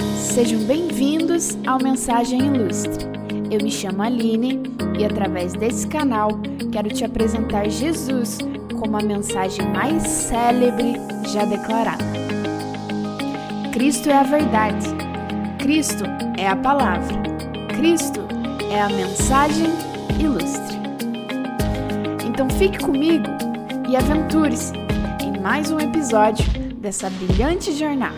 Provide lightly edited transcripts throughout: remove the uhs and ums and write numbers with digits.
Sejam bem-vindos ao Mensagem Ilustre. Eu me chamo Aline e através desse canal quero te apresentar Jesus como a mensagem mais célebre já declarada. Cristo é a verdade, Cristo é a palavra, Cristo é a mensagem ilustre. Então fique comigo e aventure-se em mais um episódio dessa brilhante jornada.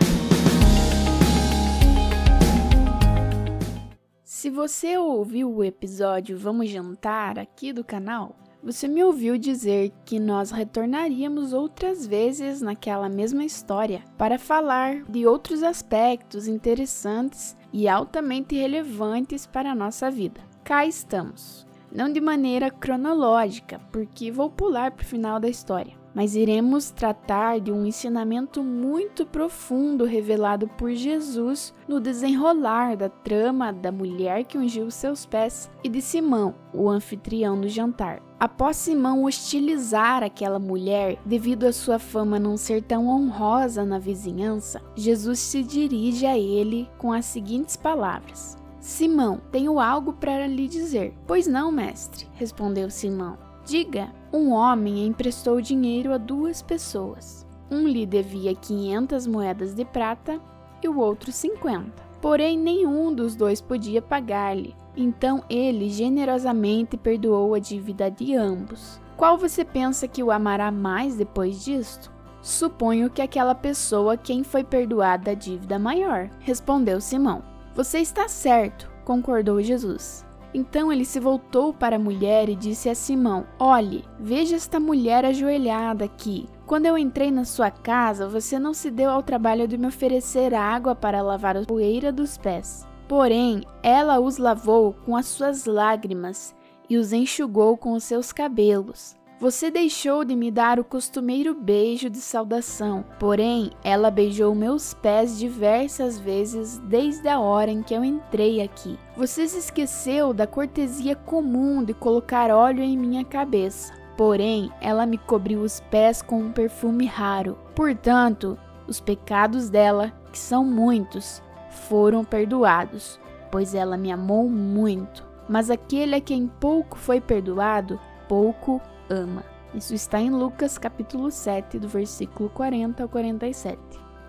Se você ouviu o episódio Vamos Jantar aqui do canal, você me ouviu dizer que nós retornaríamos outras vezes naquela mesma história para falar de outros aspectos interessantes e altamente relevantes para a nossa vida. Cá estamos, não de maneira cronológica, porque vou pular para o final da história, mas iremos tratar de um ensinamento muito profundo revelado por Jesus no desenrolar da trama da mulher que ungiu seus pés e de Simão, o anfitrião do jantar. Após Simão hostilizar aquela mulher devido à sua fama não ser tão honrosa na vizinhança, Jesus se dirige a ele com as seguintes palavras: Simão, tenho algo para lhe dizer. Pois não, mestre, respondeu Simão. Diga. Um homem emprestou dinheiro a 2 pessoas. Um lhe devia 500 moedas de prata e o outro 50. Porém, nenhum dos 2 podia pagar-lhe. Então ele generosamente perdoou a dívida de ambos. Qual você pensa que o amará mais depois disto? Suponho que aquela pessoa a quem foi perdoada a dívida maior, respondeu Simão. Você está certo, concordou Jesus. Então ele se voltou para a mulher e disse a Simão: Olhe, veja esta mulher ajoelhada aqui. Quando eu entrei na sua casa, você não se deu ao trabalho de me oferecer água para lavar a poeira dos pés. Porém, ela os lavou com as suas lágrimas e os enxugou com os seus cabelos. Você deixou de me dar o costumeiro beijo de saudação, porém, ela beijou meus pés diversas vezes desde a hora em que eu entrei aqui. Você se esqueceu da cortesia comum de colocar óleo em minha cabeça, porém, ela me cobriu os pés com um perfume raro. Portanto, os pecados dela, que são muitos, foram perdoados, pois ela me amou muito. Mas aquele a quem pouco foi perdoado, pouco ama. Isso está em Lucas capítulo 7, do versículo 40 ao 47.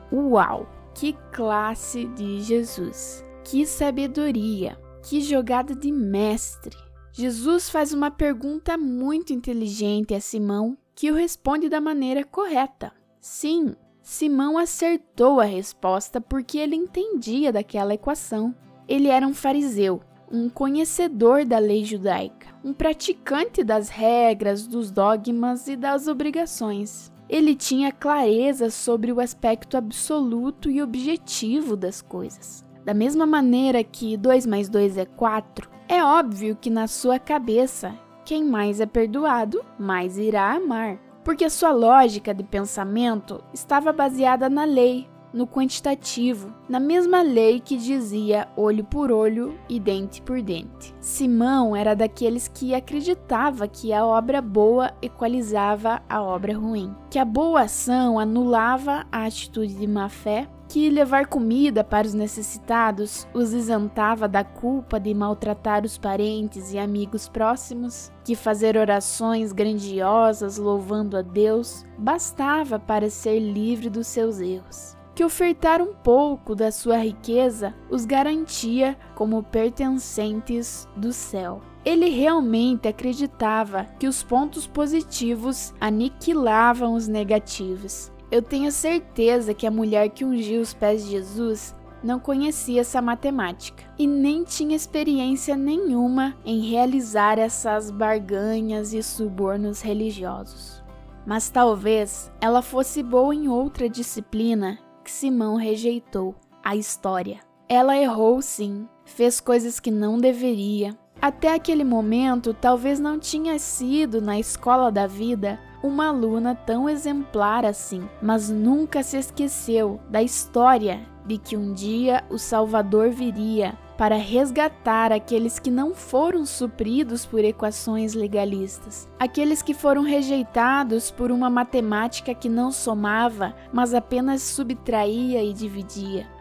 Uau! Que classe de Jesus! Que sabedoria! Que jogada de mestre! Jesus faz uma pergunta muito inteligente a Simão, que o responde da maneira correta. Sim, Simão acertou a resposta porque ele entendia daquela equação. Ele era um fariseu, um conhecedor da lei judaica, um praticante das regras, dos dogmas e das obrigações. Ele tinha clareza sobre o aspecto absoluto e objetivo das coisas. Da mesma maneira que 2 mais 2 é 4, é óbvio que na sua cabeça, quem mais é perdoado, mais irá amar. Porque a sua lógica de pensamento estava baseada na lei, no quantitativo, na mesma lei que dizia olho por olho e dente por dente. Simão era daqueles que acreditava que a obra boa equalizava a obra ruim, que a boa ação anulava a atitude de má fé, que levar comida para os necessitados os isentava da culpa de maltratar os parentes e amigos próximos, que fazer orações grandiosas louvando a Deus bastava para ser livre dos seus erros, que ofertar um pouco da sua riqueza os garantia como pertencentes do céu. Ele realmente acreditava que os pontos positivos aniquilavam os negativos. Eu tenho certeza que a mulher que ungiu os pés de Jesus não conhecia essa matemática e nem tinha experiência nenhuma em realizar essas barganhas e subornos religiosos. Mas talvez ela fosse boa em outra disciplina que Simão rejeitou, a história. Ela errou sim, fez coisas que não deveria. Até aquele momento, talvez não tinha sido, na escola da vida, uma aluna tão exemplar assim, mas nunca se esqueceu da história de que um dia o Salvador viria para resgatar aqueles que não foram supridos por equações legalistas, aqueles que foram rejeitados por uma matemática que não somava, mas apenas subtraía e dividia,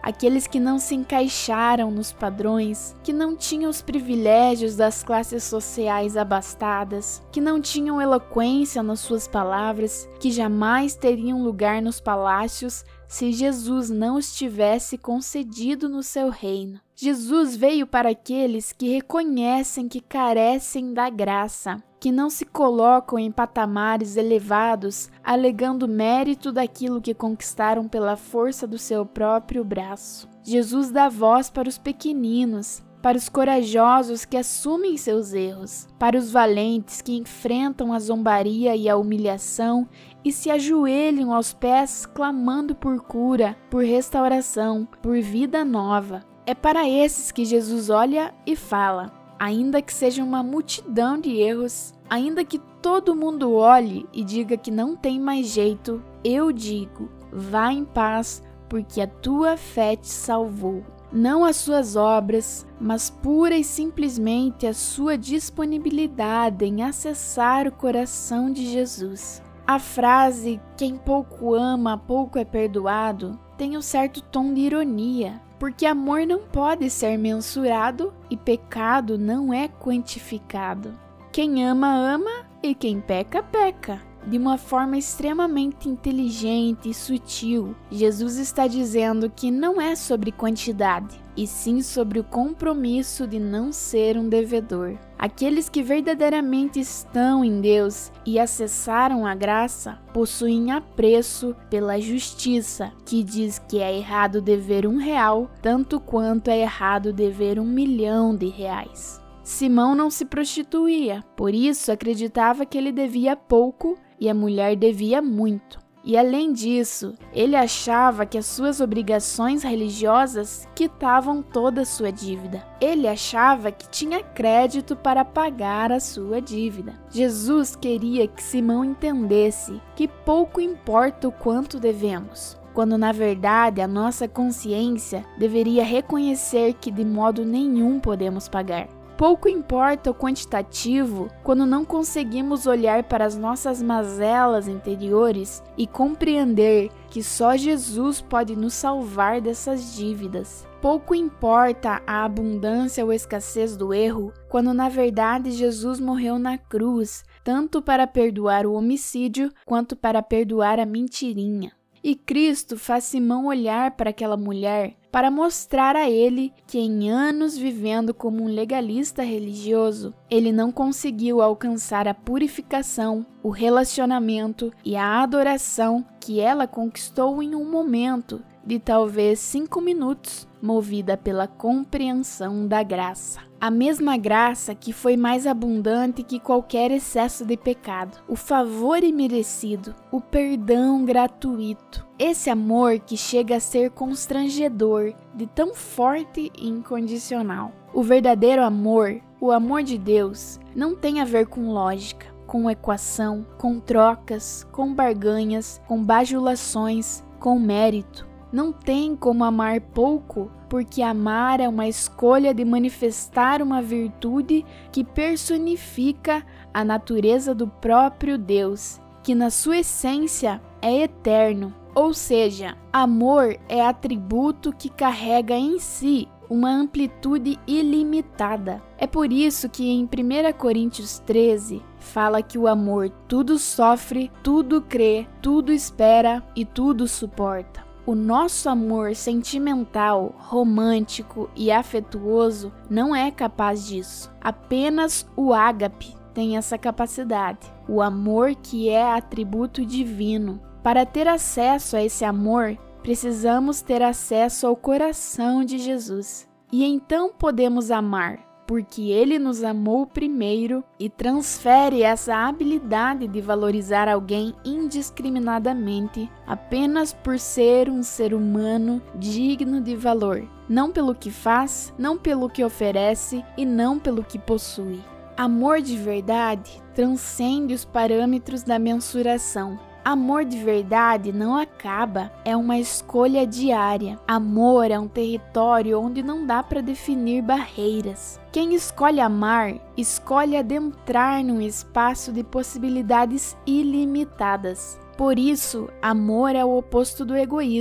aqueles que não se encaixaram nos padrões, que não tinham os privilégios das classes sociais abastadas, que não tinham eloquência nas suas palavras, que jamais teriam lugar nos palácios se Jesus não os tivesse concedido no seu reino. Jesus veio para aqueles que reconhecem que carecem da graça, que não se colocam em patamares elevados, alegando mérito daquilo que conquistaram pela força do seu próprio braço. Jesus dá voz para os pequeninos, para os corajosos que assumem seus erros, para os valentes que enfrentam a zombaria e a humilhação e se ajoelham aos pés clamando por cura, por restauração, por vida nova. É para esses que Jesus olha e fala: ainda que seja uma multidão de erros, ainda que todo mundo olhe e diga que não tem mais jeito, eu digo: vá em paz, porque a tua fé te salvou. Não as suas obras, mas pura e simplesmente a sua disponibilidade em acessar o coração de Jesus. A frase "quem pouco ama, pouco é perdoado" tem um certo tom de ironia, porque amor não pode ser mensurado e pecado não é quantificado. Quem ama, ama, e quem peca, peca. De uma forma extremamente inteligente e sutil, Jesus está dizendo que não é sobre quantidade, e sim sobre o compromisso de não ser um devedor. Aqueles que verdadeiramente estão em Deus e acessaram a graça possuem apreço pela justiça, que diz que é errado dever R$1, tanto quanto é errado dever R$1.000.000. Simão não se prostituía, por isso acreditava que ele devia pouco e a mulher devia muito. E além disso, ele achava que as suas obrigações religiosas quitavam toda a sua dívida. Ele achava que tinha crédito para pagar a sua dívida. Jesus queria que Simão entendesse que pouco importa o quanto devemos, quando na verdade a nossa consciência deveria reconhecer que de modo nenhum podemos pagar. Pouco importa o quantitativo quando não conseguimos olhar para as nossas mazelas interiores e compreender que só Jesus pode nos salvar dessas dívidas. Pouco importa a abundância ou escassez do erro quando na verdade Jesus morreu na cruz, tanto para perdoar o homicídio quanto para perdoar a mentirinha. E Cristo faz Simão olhar para aquela mulher para mostrar a ele que em anos vivendo como um legalista religioso, ele não conseguiu alcançar a purificação, o relacionamento e a adoração que ela conquistou em um momento de talvez 5 minutos, movida pela compreensão da graça. A mesma graça que foi mais abundante que qualquer excesso de pecado, o favor imerecido, o perdão gratuito. Esse amor que chega a ser constrangedor, de tão forte e incondicional. O verdadeiro amor, o amor de Deus, não tem a ver com lógica, com equação, com trocas, com barganhas, com bajulações, com mérito. Não tem como amar pouco, porque amar é uma escolha de manifestar uma virtude que personifica a natureza do próprio Deus, que na sua essência é eterno. Ou seja, amor é atributo que carrega em si uma amplitude ilimitada. É por isso que em 1 Coríntios 13 fala que o amor tudo sofre, tudo crê, tudo espera e tudo suporta. O nosso amor sentimental, romântico e afetuoso não é capaz disso. Apenas o ágape tem essa capacidade. O amor que é atributo divino. Para ter acesso a esse amor, precisamos ter acesso ao coração de Jesus. E então podemos amar, porque Ele nos amou primeiro e transfere essa habilidade de valorizar alguém indiscriminadamente apenas por ser um ser humano digno de valor, não pelo que faz, não pelo que oferece e não pelo que possui. Amor de verdade transcende os parâmetros da mensuração. Amor de verdade não acaba, é uma escolha diária. Amor é um território onde não dá para definir barreiras. Quem escolhe amar, escolhe adentrar num espaço de possibilidades ilimitadas. Por isso, amor é o oposto do egoísmo.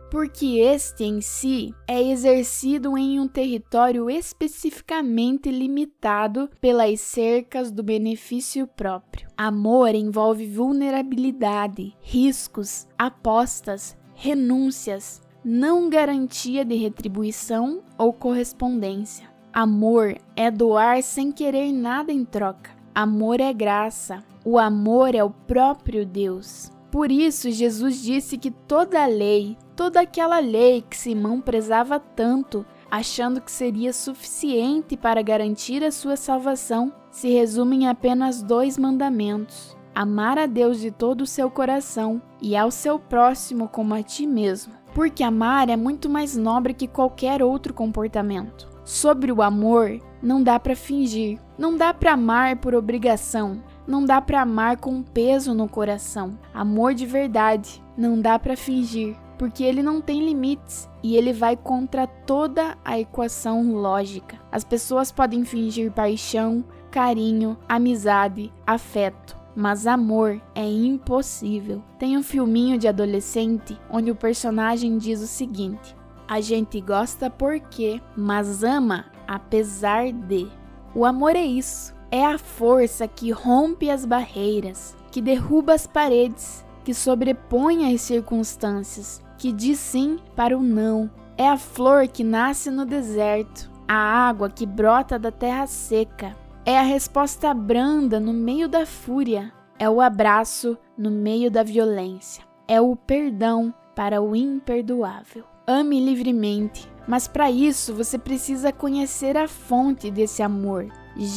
porque este em si é exercido em um território especificamente limitado pelas cercas do benefício próprio. Amor envolve vulnerabilidade, riscos, apostas, renúncias, não garantia de retribuição ou correspondência. Amor é doar sem querer nada em troca. Amor é graça. O amor é o próprio Deus. Por isso, Jesus disse que toda a lei, toda aquela lei que Simão prezava tanto, achando que seria suficiente para garantir a sua salvação, se resume em apenas 2 mandamentos: amar a Deus de todo o seu coração e ao seu próximo como a ti mesmo. Porque amar é muito mais nobre que qualquer outro comportamento. Sobre o amor, não dá para fingir, não dá para amar por obrigação, não dá para amar com peso no coração. Amor de verdade, não dá para fingir, porque ele não tem limites e ele vai contra toda a equação lógica. As pessoas podem fingir paixão, carinho, amizade, afeto, mas amor é impossível. Tem um filminho de adolescente onde o personagem diz o seguinte: a gente gosta porque, mas ama apesar de. O amor é isso. É a força que rompe as barreiras, que derruba as paredes, que sobrepõe as circunstâncias, que diz sim para o não. É a flor que nasce no deserto, a água que brota da terra seca. É a resposta branda no meio da fúria. É o abraço no meio da violência. É o perdão para o imperdoável. Ame livremente, mas para isso você precisa conhecer a fonte desse amor,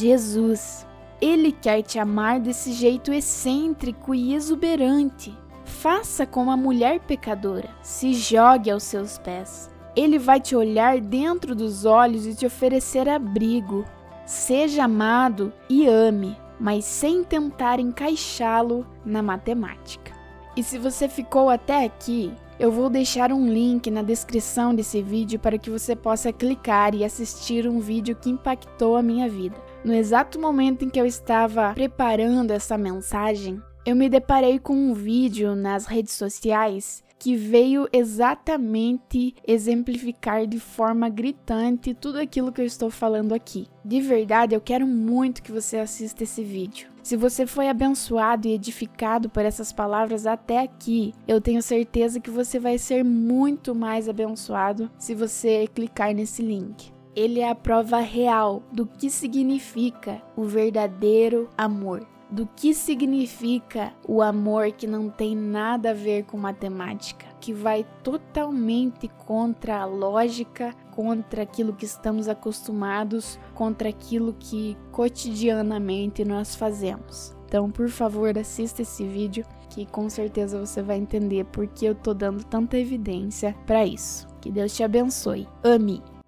Jesus. Ele quer te amar desse jeito excêntrico e exuberante. Faça como a mulher pecadora, se jogue aos seus pés. Ele vai te olhar dentro dos olhos e te oferecer abrigo. Seja amado e ame, mas sem tentar encaixá-lo na matemática. E se você ficou até aqui, eu vou deixar um link na descrição desse vídeo para que você possa clicar e assistir um vídeo que impactou a minha vida. No exato momento em que eu estava preparando essa mensagem, eu me deparei com um vídeo nas redes sociais que veio exatamente exemplificar de forma gritante tudo aquilo que eu estou falando aqui. De verdade, eu quero muito que você assista esse vídeo. Se você foi abençoado e edificado por essas palavras até aqui, eu tenho certeza que você vai ser muito mais abençoado se você clicar nesse link. Ele é a prova real do que significa o verdadeiro amor. Do que significa o amor que não tem nada a ver com matemática, que vai totalmente contra a lógica, contra aquilo que estamos acostumados, contra aquilo que cotidianamente nós fazemos. Então, por favor, assista esse vídeo que com certeza você vai entender porque eu tô dando tanta evidência para isso. Que Deus te abençoe. Ame!